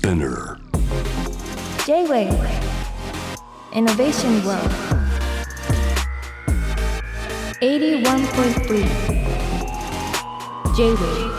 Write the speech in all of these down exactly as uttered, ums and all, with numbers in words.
Spinner J-Wave Innovation World エイティワンポイントスリー J-Wave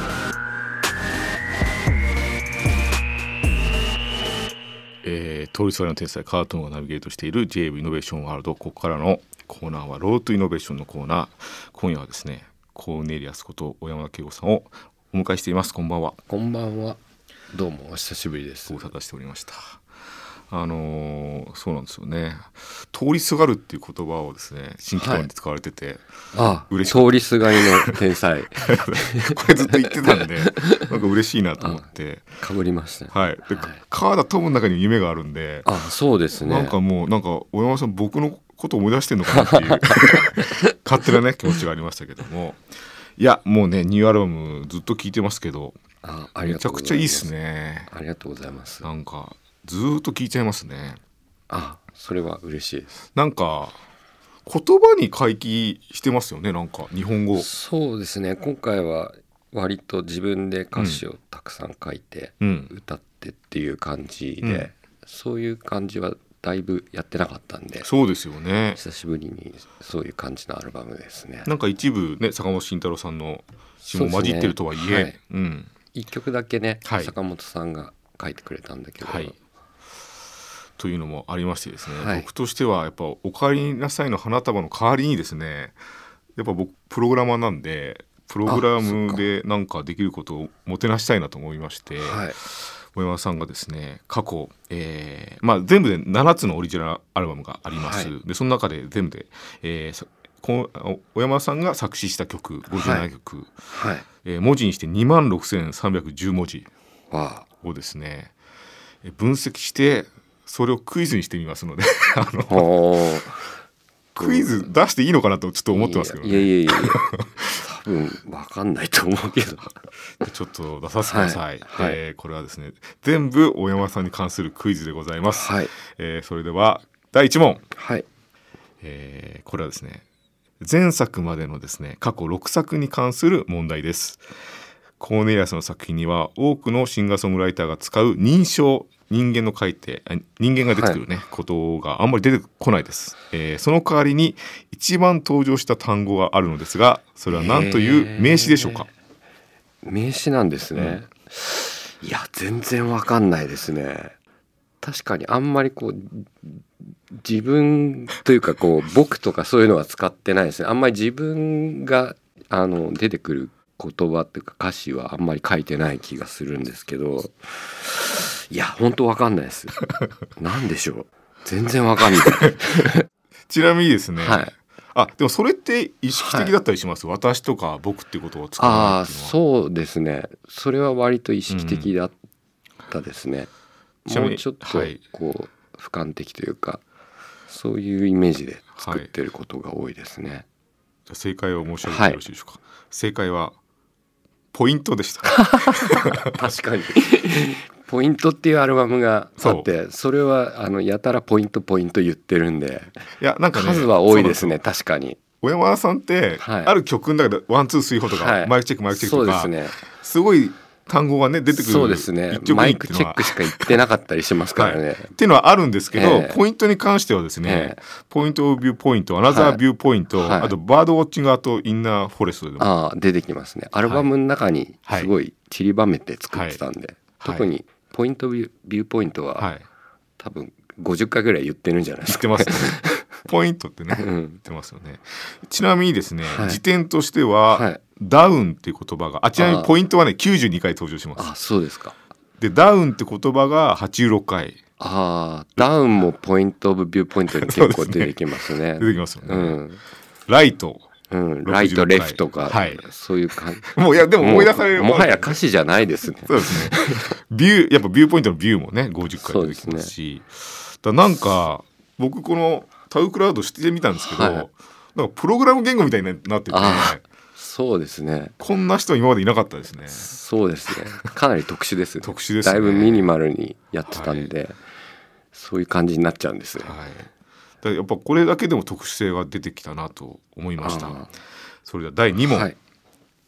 えー、通りすがりの天才カートンがナビゲートしている ジェイウェーブ イノベーションワールド。ここからのコーナーはロートイノベーションのコーナー。今夜はですね、コーネリアスこと小山田圭吾さんをお迎えしています。こんばんは。 こんばんは。どうもお久しぶりです。 ご無沙汰しておりました。あのー、そうなんですよね。通りすがるっていう言葉をですね、新規講演で使われてて、 はい、 嬉しかった。 通りすがりの天才これずっと言ってたんでなんか嬉しいなと思ってかぶりましたね。 はい。で、はい、川田トムの中に夢があるんで、 あ、そうですね。 なんかもうなんか小山さん僕のことを思い出してんのかなっていう勝手なね気持ちがありましたけども、いやもうねニューアルバムずっと聴いてますけど、 あ、ありがとうございます。 めちゃくちゃいいっすね。 ありがとうございます。 なんかずっと聴いちゃいますね。 あ、それは嬉しいです。 なんか言葉に回帰してますよね。なんか日本語。 そうですね。今回は割と自分で歌詞をたくさん書いて、うん、歌ってっていう感じで、うん、そういう感じはだいぶやってなかったんで。 そうですよね。 久しぶりにそういう感じのアルバムですね。 なんか一部ね坂本慎太郎さんの詩も混じってるとはいえ、ね、はい、 うん、一曲だけね、 はい、 坂本さんが書いてくれたんだけど、はい、 というのもありましてですね、 はい、僕としてはやっぱお帰りなさいの花束の代わりにですね、やっぱ僕プログラマーなんでプログラムでなんかできることをもてなしたいなと思いまして、はい、小山さんがですね過去、えーまあ、全部でななつのオリジナルアルバムがあります、はい、でその中で全部で、えー、こ小山さんが作詞した曲ごじゅうななきょく、はいはい、えー、文字にして にまんろくせんさんびゃくじゅう 文字をですね分析してそれをクイズにしてみますのであのクイズ出していいのかなとちょっと思ってますけどね。 いやいやいやいや多分分かんないと思うけどちょっと出させてください、 はい、 えー、これはですね全部大山さんに関するクイズでございます、はい、えー、それではだいいち問、 はい、 えー、これはですね前作までのですね過去ろくさくに関する問題です。コーネリアスの作品には多くのシンガーソングライターが使う認証人間の書いて人間が出てくるね、はい、ことがあんまり出てこないです、えー、その代わりに一番登場した単語があるのですがそれは何という名詞でしょうか。 名詞なんですね、うん、いや全然わかんないですね。確かにあんまりこう自分というかこう僕とかそういうのは使ってないですね。あんまり自分があの出てくる言葉っていうか歌詞はあんまり書いてない気がするんですけど、いや本当わかんないです。なんでしょう、全然わかんないちなみにですね、 はい、 あでもそれって意識的だったりします、はい、私とか僕っていうことを使うのは。 あ、そうですね、それは割と意識的だったですね、うん、もうちょっとこう、はい、俯瞰的というかそういうイメージで作ってることが多いですね、はい、 じゃ正解を申し上げてよろしいでしょうか、はい、正解はポイントでした確かにポイントっていうアルバムがあって そ, それはあのやたらポイントポイント言ってるんで、 いやなんか、ね、 数は多いですね。確かに小山田さんって、はい、ある曲の中でワンツースリーフォーとか、はい、マイクチェックマイクチェックとかそうですね、すごい単語がね出てくる。 そうですね、マイクチェックしか言ってなかったりしますからね、はい、 っていうのはあるんですけど、えー、ポイントに関してはですね、えー、ポイントオブビューポイントアナザービューポイント、はい、あとバードウォッチングアートインナーフォレストでもあ出てきますね。アルバムの中にすごい散りばめて作ってたんで、はいはい、特にポイントビュー、ビューポイントは、はい、多分ごじゅっかいぐらい言ってるんじゃないですか。 言ってますねポイントってね、うん、言ってますよね。ちなみにですね、はい、時点としては、はい、ダウンっていう言葉があちなみにポイントはねきゅうじゅうにかい登場します。 あ、そうですか。 でダウンって言葉がはちじゅうろっかい。 あ、ダウンもポイントオブビューポイントに結構出てきますね。 出てきますよね、うん、ライト、 うん、ライトレフトか、はい、そういう感じ。 もういやでも思い出されるも, もはや歌詞じゃないですね。 そうですねビューやっぱビューポイントのビューもねごじゅっかい出てきますし、だなんか僕このタウクラウドしてみたんですけど、はい、なんかプログラム言語みたいになってて、 そうですね、 こんな人今までいなかったですね。 そうですね、かなり特殊です、ね、 特殊ですね。 だいぶミニマルにやってたんで、はい、そういう感じになっちゃうんですよ、 はい、だからやっぱこれだけでも特殊性が出てきたなと思いました。それではだいに問、はい、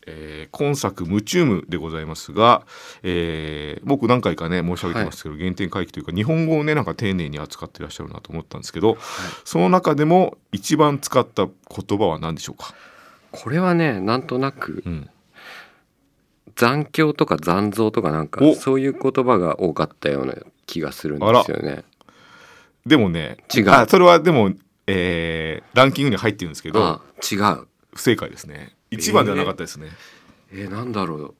えー、今作夢中夢でございますが、えー、僕何回かね申し上げてますけど、はい、原点回帰というか日本語をねなんか丁寧に扱っていらっしゃるなと思ったんですけど、はい、その中でも一番使った言葉は何でしょうか？ これはねなんとなく、うん、残響とか残像とかなんかそういう言葉が多かったような気がするんですよね。 でもね違う。 あそれはでも、えー、ランキングに入ってるんですけどあ違う。 不正解ですね。一番ではなかったですね。 えー、えー、なんだろう。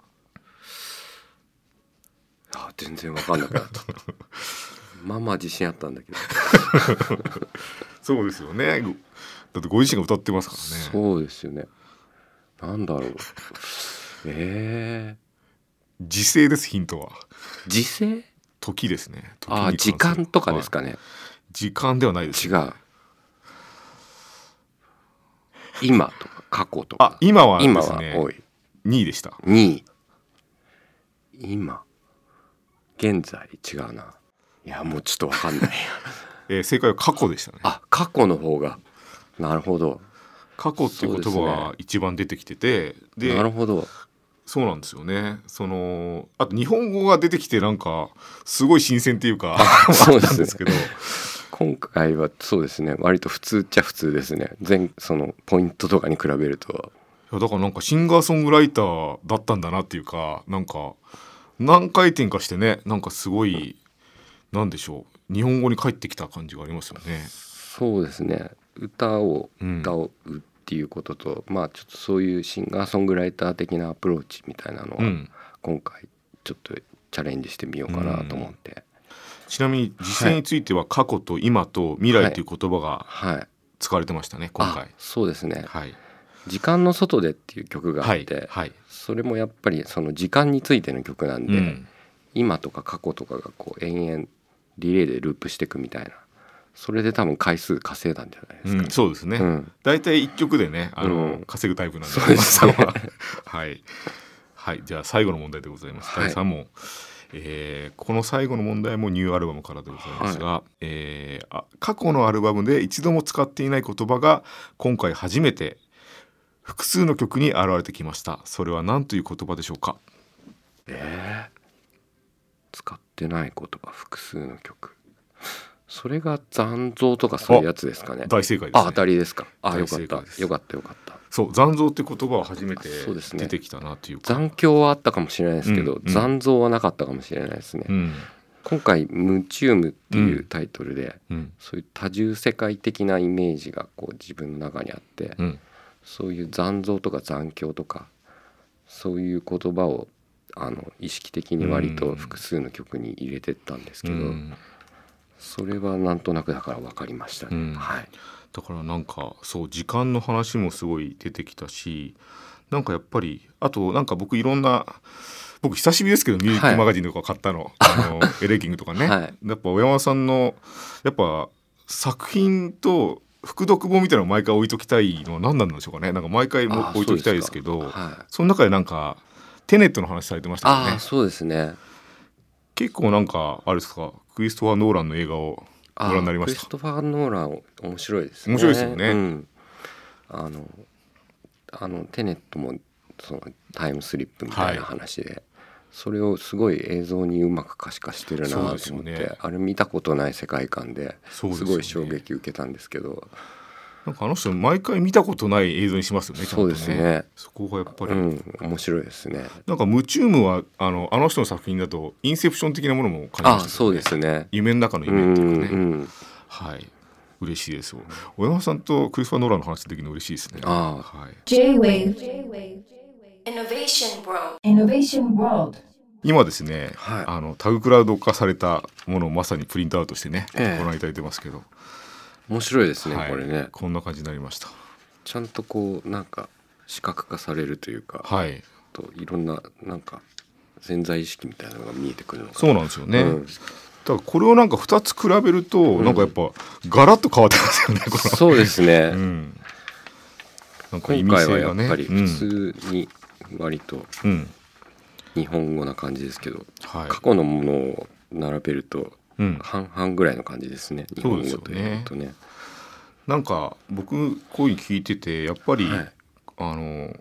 あ全然わかんなくなったまあまあ自信あったんだけどそうですよね。だってご自身が歌ってますからね。 そうですよね。なんだろうえー、時勢です。ヒントは時勢？ 時ですね。時あ時間とかですかね、はい、 時間ではないです。 違う。今とか過去とか。 あ今はですね、 今は多い。 にいでした。 にい。今現在違うな。いやもうちょっと分かんないえー、正解は過去でしたね。 あ過去の方が。なるほど。 過去っていう言葉が一番出てきてて で,、 ね、なるほど。 そうなんですよね。そのあと日本語が出てきてなんかすごい新鮮っていうかそうですね、 ですけど今回はそうですね割と普通っちゃ普通ですね。全そのポイントとかに比べると。 いやだからなんかシンガーソングライターだったんだなっていうかなんか何回転かしてねなんかすごいなんでしょう日本語に帰ってきた感じがありますよね。 そうですね。歌を歌うっていうことと、うん、まあちょっとそういうシンガーソングライター的なアプローチみたいなのは、うん、今回ちょっとチャレンジしてみようかなと思って、うん、 ちなみに実践については過去と今と未来という言葉が使われてましたね、はいはい、今回。 そうですね、はい、時間の外でっていう曲があって、はいはい、それもやっぱりその時間についての曲なんで、うん、今とか過去とかがこう延々リレーでループしていくみたいなそれで多分回数稼いだんじゃないですか、ねうん、そうですね、うん、だいたいいっきょくでねあの、うん、稼ぐタイプなんでそうですねはい、はい、じゃあ最後の問題でございます、はい、だいさん問、えー、この最後の問題もニューアルバムからでございますが、はいえー、あ過去のアルバムで一度も使っていない言葉が今回初めて複数の曲に現れてきました。それは何という言葉でしょうか？ えー、使ってない言葉複数の曲それが残像とかそういうやつですかね。 大正解ですね。 あ当たりですか。あよかったよかったよかった。 そう残像って言葉は初めて出てきたなというか。 残響はあったかもしれないですけど、うんうん、残像はなかったかもしれないですね、うん、今回夢中夢っていうタイトルで、うん、そういう多重世界的なイメージがこう自分の中にあって、うん、そういう残像とか残響とかそういう言葉をあの意識的に割と複数の曲に入れてったんですけど、うんそれはなんとなくだから分かりましたね、うんはい、 だからなんかそう時間の話もすごい出てきたしなんかやっぱりあとなんか僕いろんな僕久しぶりですけどミュージックマガジンとか買ったの、はい、あのエレキングとかね、はい、やっぱ小山さんのやっぱ作品と副読本みたいなのを毎回置いときたいのは何なんでしょうかね。なんか毎回も置いときたいですけど そ, はい、その中でなんかテネットの話されてましたよね。 あそうですね。 結構なんかあれですかクリストファー・ノーランの映画をご覧になりました？ クリストファー・ノーラン面白いですね。 面白いですよね、うん、 あのあのテネットもそのタイムスリップみたいな話で、はい、それをすごい映像にうまく可視化してるなと思って、ね、あれ見たことない世界観ですごい衝撃受けたんですけどなんかあの人毎回見たことない映像にしますよね。 そうですね。 そこがやっぱり、 うん、面白いですね。 なんか夢中夢はあのあの人の作品だとインセプション的なものも感じましたね。 あそうですね。 夢の中の夢っていうかね、 うんうん、 はい嬉しいですよ。小山さんとクリストファー・ノーランの話できるの嬉しいですね。 あ、 はい、 J-Wave Innovation World Innovation World 今ですね、はい、あのタグクラウド化されたものをまさにプリントアウトしてね、 ええ、 ご覧いただいてますけど面白いですね、 はい、 これねこんな感じになりました。 ちゃんとこうなんか視覚化されるというか、 はい、 といろんななんか潜在意識みたいなのが見えてくるのかな。 そうなんですよね、うん、だからこれをなんかふたつ比べると、うん、なんかやっぱガラッと変わってますよね。このそうですね、 うん、 なんか意味性がね、今回はやっぱり普通に割と日本語な感じですけど、うんはい、過去のものを並べると半々ぐらいの感じですね、うん、日本語というとね。 なんか僕こういうの聞いててやっぱり、はい、あの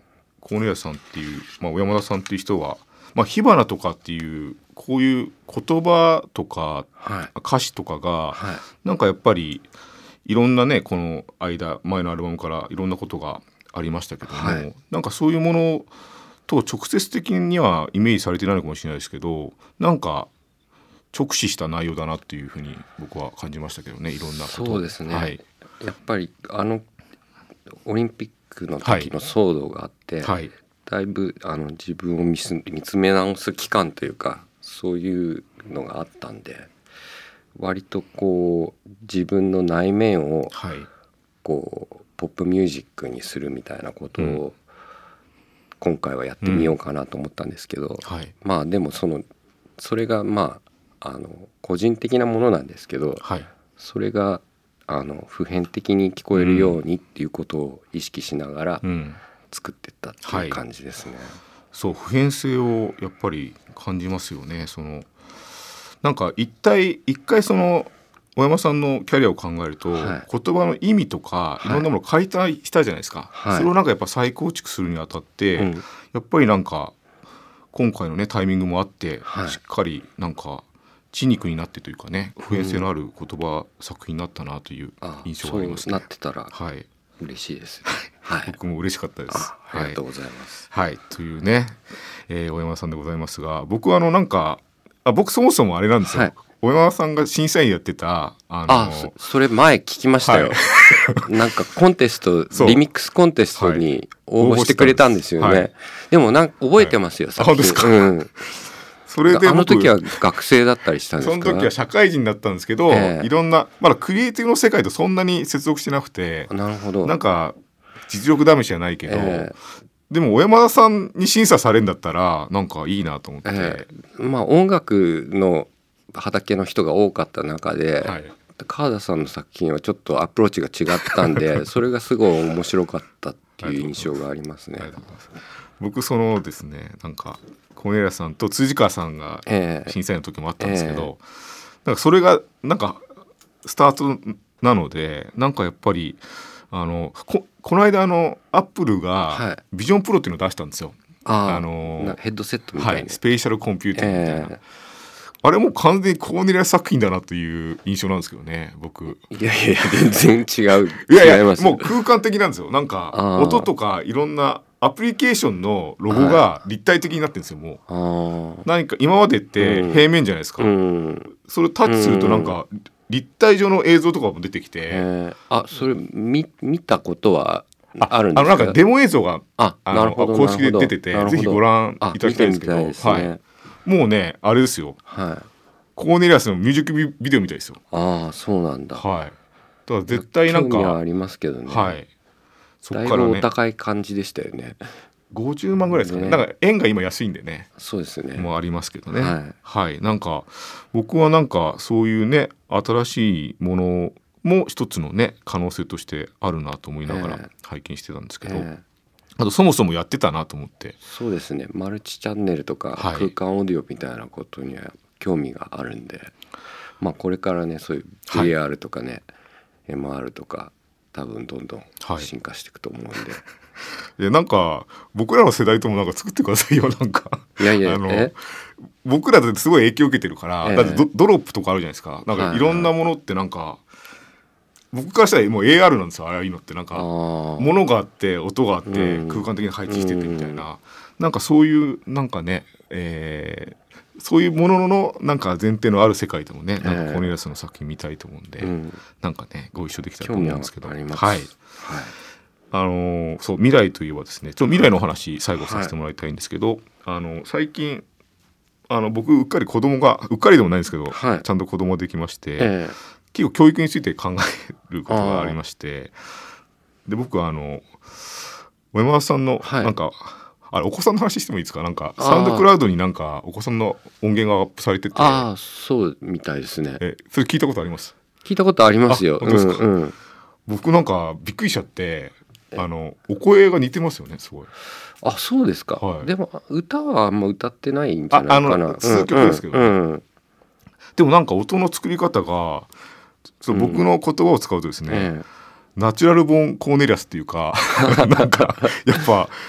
コーネリアスさんっていう、まあ、小山田さんっていう人は、まあ、火花とかっていうこういう言葉とか、はい、歌詞とかが、はい、なんかやっぱりいろんなねこの間前のアルバムからいろんなことがありましたけども、はい、なんかそういうものと直接的にはイメージされてないのかもしれないですけど、なんか直視した内容だなっていうふうに僕は感じましたけどね、いろんなこと。 そうですね、はい、やっぱりあのオリンピックの時の騒動があって、はい、だいぶあの自分を見す見つめ直す期間というかそういうのがあったんで、割とこう自分の内面をこうポップミュージックにするみたいなことを今回はやってみようかなと思ったんですけど、うんはい、まあでもそのそれがまああの個人的なものなんですけど、はい、それがあの普遍的に聞こえるようにっていうことを意識しながら作っていったっていう感じですね、うんはい、 そう普遍性をやっぱり感じますよね。そのなんか一体一回その小山さんのキャリアを考えると、はい、言葉の意味とかいろんなものを解体したじゃないですか、はい、それをなんかやっぱ再構築するにあたって、うん、やっぱりなんか今回のねタイミングもあって、はい、しっかりなんか血肉になってというかね普遍性のある言葉、うん、作品になったなという印象がありますね。 そうなってたら嬉しいです、 はい、僕も嬉しかったです。 ありがとうございます、 はいはい、というね、えー、小山さんでございますが、僕はあのなんかあ僕そもそもあれなんですよ、はい、小山さんが審査員やってたあのあ そ, それ前聞きましたよ、はい、なんかコンテストリミックスコンテストに応募してくれたんですよね、はい、でもなんか覚えてますよ、はい、 あ本当ですか、 うんそれであの時は学生だったりしたんですか？ その時は社会人だったんですけど、えー、いろんなまだクリエイティブの世界とそんなに接続してなくて、 なるほど、 なんか実力試しじゃないけど、 えー、でも小山田さんに審査されるんだったらなんかいいなと思って、 えー、まあ音楽の畑の人が多かった中で、はい、川田さんの作品はちょっとアプローチが違ったんでそれがすごい面白かったっていう印象がありますね。 僕そのですねなんかコーネリアスさんと辻川さんが審査員の時もあったんですけど、えーえー、なんかそれがなんかスタートなので、なんかやっぱりあの こ, この間あのアップルがビジョンプロっていうのを出したんですよ、 はい、あのヘッドセットみたいな、はい、 スペーシャルコンピューティングみたいな、えー、あれも完全にコーネリアス作品だなという印象なんですけどね僕。 いやいや全然違ういやいや違います、もう空間的なんですよ。なんか音とかいろんなアプリケーションのロゴが立体的になってるんですよ、もう。何か今までって平面じゃないですか、うん、それをタッチするとなんか立体上の映像とかも出てきて、 えー、あそれ 見, 見たことはあるんですか？ あのなんかデモ映像がああの公式で出ててぜひご覧いただきたいんですけど、ねはい、もうねあれですよ、はい、コーネリアスのミュージックビデオみたいですよ。 ああそうなんだ、 はい、だから絶対なんか興味はありますけどね、 はい、 そっからね、だいぶお高い感じでしたよね。 ごじゅうまんぐらいですかね。なんか円が今安いんでね。 そうですね。 もありますけどね。 はい、 はい、なんか僕はなんかそういうね新しいものも一つのね可能性としてあるなと思いながら拝見してたんですけど、えーえー、あとそもそもやってたなと思って。 そうですね。マルチチャンネルとか空間オーディオみたいなことには興味があるんで、はい、まあこれからねそういう ブイエーアール とかね、はい、エムアール とか多分どんどん進化していくと思うんで。はいいやなんか僕らの世代ともなんか作ってくださいよなんかいやいやあの僕らだってすごい影響を受けてるから、えー、だって ド, ドロップとかあるじゃないですか。なんかいろんなものってなんか、はいはい、僕からしたらもう エーアール なんですよ。ああいうのってなんか物があって音があって空間的に配置しててみたいな、なんかそういうなんかね、えー、そういうもののなんか前提のある世界でもね、なんかコーネリアスの作品見たいと思うんで、えー、なんかねご一緒できたらと思うんですけど、 興味あります。 はい、はい、あのー、そう未来といえばですね、ちょっと未来の話最後させてもらいたいんですけど、はい、あの最近あの僕うっかり子供がうっかりでもないんですけど、はい、ちゃんと子供できまして、えー、結構教育について考えることがありまして、で僕はあの小山田さんのなんか、はい、あれお子さんの話してもいいですか？なんかサウンドクラウドになんかお子さんの音源がアップされてて、 ああそうみたいですね。 えそれ聞いたことあります？ 聞いたことありますよ。 本当ですか？ うんうん、 僕なんかびっくりしちゃってあのお声が似てますよねすごい。 あそうですか、はい、でも歌はあんま歌ってないんじゃないかな。あの数曲ですけど、ねうんうん、でもなんか音の作り方がそう僕の言葉を使うとですね、うん、ナチュラルボーンコーネリアスっていうかなんかやっぱ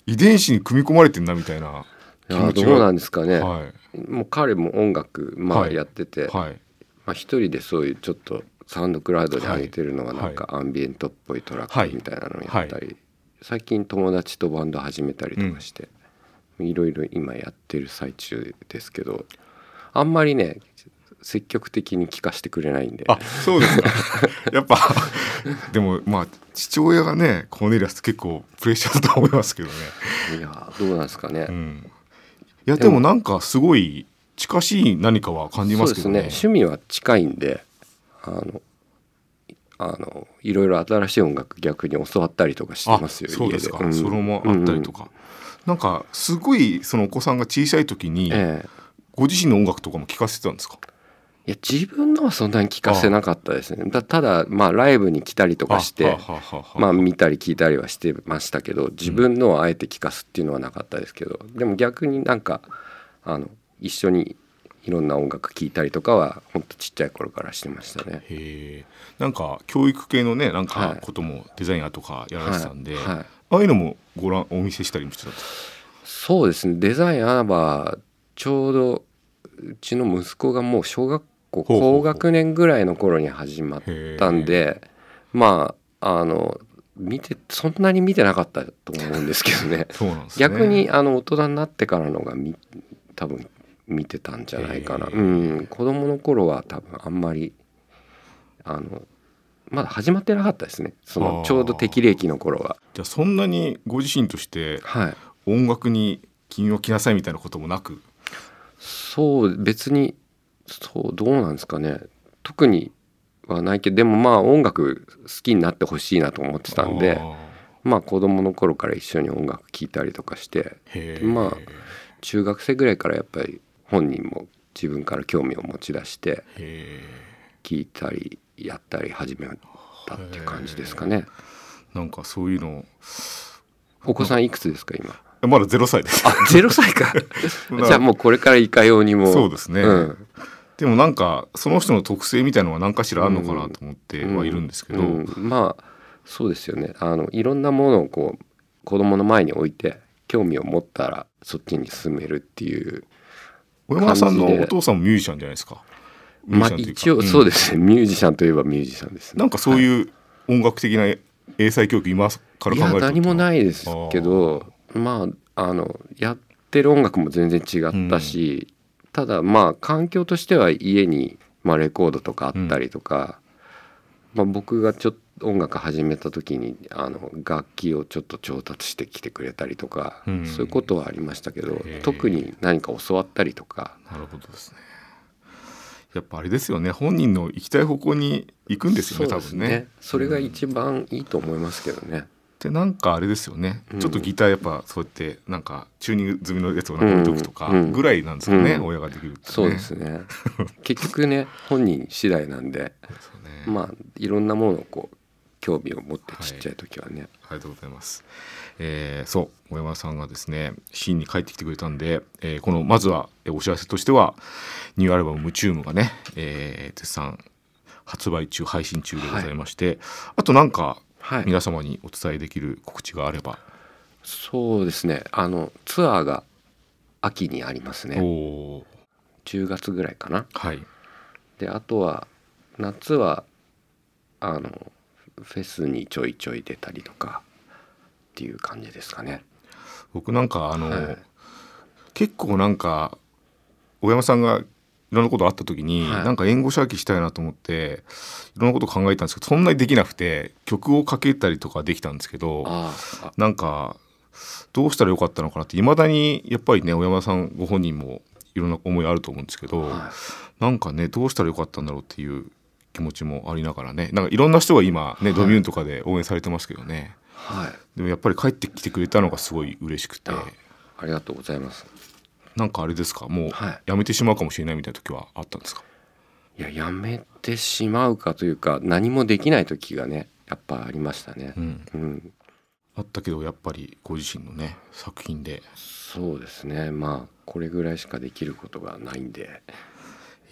遺伝子に組み込まれてんなみたいな気持ちが。 どうなんですかね、 はい、 もう彼も音楽、まあ、やってて、 はいはい、 まあ、一人でそういうちょっとサウンドクラウドに上げてるのはなんかアンビエントっぽいトラックみたいなのをやったり、はいはい、最近友達とバンド始めたりとかして、うん、いろいろ今やってる最中ですけど、あんまりね積極的に聴かせてくれないんで。 あ、そうですかやっぱでもまあ父親がねコーネリアスって結構プレッシャーだと思いますけどね。 いやどうなんですかね、 うん、いやでもなんかすごい近しい何かは感じますけどね。 そうですね、趣味は近いんで、あのあのいろいろ新しい音楽逆に教わったりとかしてますよ。 そうですか、 家で、うん、 ソロもあったりとか、うん、なんかすごいそのお子さんが小さい時に、ええ、ご自身の音楽とかも聴かせてたんですか？ いや自分のはそんなに聴かせなかったですね。だただまあライブに来たりとかしてまあ見たり聞いたりはしてましたけど、自分のをあえて聴かすっていうのはなかったですけど、うん、でも逆になんかあの一緒にいろんな音楽聴いたりとかはほんとちっちゃい頃からしてましたね。 へー、なんか教育系のねなんかこともデザイナーとかやられてたんで、はいはいはい、ああいうのもご覧お見せしたりもしてたんですか？ そうですね、デザインアーバーちょうどうちの息子がもう小学校高学年ぐらいの頃に始まったんで、まああの見てそんなに見てなかったと思うんですけどねそうなんですね。 逆にあの大人になってからのがみ多分見てたんじゃないかな、うん、子供の頃は多分あんまりあのまだ始まってなかったですね、そのちょうど適齢期の頃は。 じゃあそんなにご自身として音楽に君を来なさいみたいなこともなく、はい、 そう別にそうどうなんですかね、特にはないけど、でもまあ音楽好きになってほしいなと思ってたんで、まあ子供の頃から一緒に音楽聴いたりとかして、まあ中学生ぐらいからやっぱり本人も自分から興味を持ち出して聴いたりやったり始めたっていう感じですかね。 なんかそういうの。 お子さんいくつですか今？ まだゼロさいです。 あ、ゼロさいかじゃあもうこれからいかようにも。 そうですね、うん、でもなんかその人の特性みたいなのは何かしらあるのかなと思ってはいるんですけど、 うんうんうん、まあそうですよね、あのいろんなものをこう子供の前に置いて興味を持ったらそっちに進めるっていう小山さんのお父さんもミュージシャンじゃないですか。 まあ一応そうですね、うん、ミュージシャンといえばミュージシャンですね。 なんかそういう音楽的な英才教育今から考えると、いや何もないですけど、まああのやってる音楽も全然違ったし、うん、ただまあ環境としては家に、まあ、レコードとかあったりとか、うん、まあ、僕がちょっと音楽始めた時にあの楽器をちょっと調達してきてくれたりとか、うん、そういうことはありましたけど、特に何か教わったりとか。 なるほどですね。やっぱあれですよね、本人の行きたい方向に行くんですよね。 そうですね、 多分ねそれが一番いいと思いますけどね。 でなんかあれですよね、うん、ちょっとギターやっぱそうやってなんかチューニング済みのやつをなんか置いとくとかぐらいなんですかね、うんうん、親ができるってね。 そうですね結局ね本人次第なんで、そうね、まあいろんなものをこう興味を持ってちっちゃい時はね、はい、 ありがとうございます。えー、そう小山さんがですねシーンに帰ってきてくれたんで、えー、このまずはお知らせとしてはニューアルバムムチュームがね、えー、絶賛発売中配信中でございまして、はい、あとなんか皆様にお伝えできる告知があれば。はい、 そうですね、あのツアーが秋にありますね。おじゅうがつぐらいかな。はい、であとは夏はあのフェスにちょいちょい出たりとかっていう感じですかね。 僕なんかあの、はい、結構なんか小山さんがいろんなことあった時に、はい、なんか援護射撃したいなと思っていろんなこと考えたんですけどそんなにできなくて曲をかけたりとかできたんですけど、ああなんかどうしたらよかったのかなって未だにやっぱりね小山さんご本人もいろんな思いあると思うんですけど、はい、なんかねどうしたらよかったんだろうっていう気持ちもありながらね、なんかいろんな人が今ね、はい、ドミューンとかで応援されてますけどね、はい、でもやっぱり帰ってきてくれたのがすごい嬉しくて。 あ, ありがとうございます。 なんかあれですか、もうやめてしまうかもしれないみたいな時はあったんですか？ いややめてしまうかというか何もできない時がねやっぱありましたね、うんうん、 あったけどやっぱりご自身のね作品で。 そうですね、まあこれぐらいしかできることがないんで。 い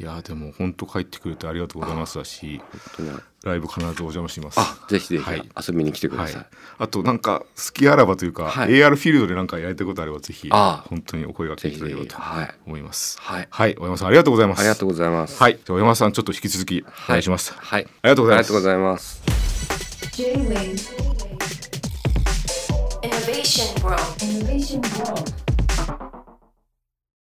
いやでも本当帰ってくれてありがとうございますだし、 本当にライブ必ずお邪魔します。 あ、ぜひぜひ、はい、遊びに来てください、はい、 あとなんか好きあらばというか、はい、エーアール フィールドでなんかやりたいことあればぜひ本当にお声掛けいただければと思います。はい、はい、小山さんありがとうございます。 ありがとうございます。 はい、じゃあ小山さんちょっと引き続きお願いします。 はい、はい、 ありがとうございます。 ありがとうございます。 J-Wave Innovation World Innovation World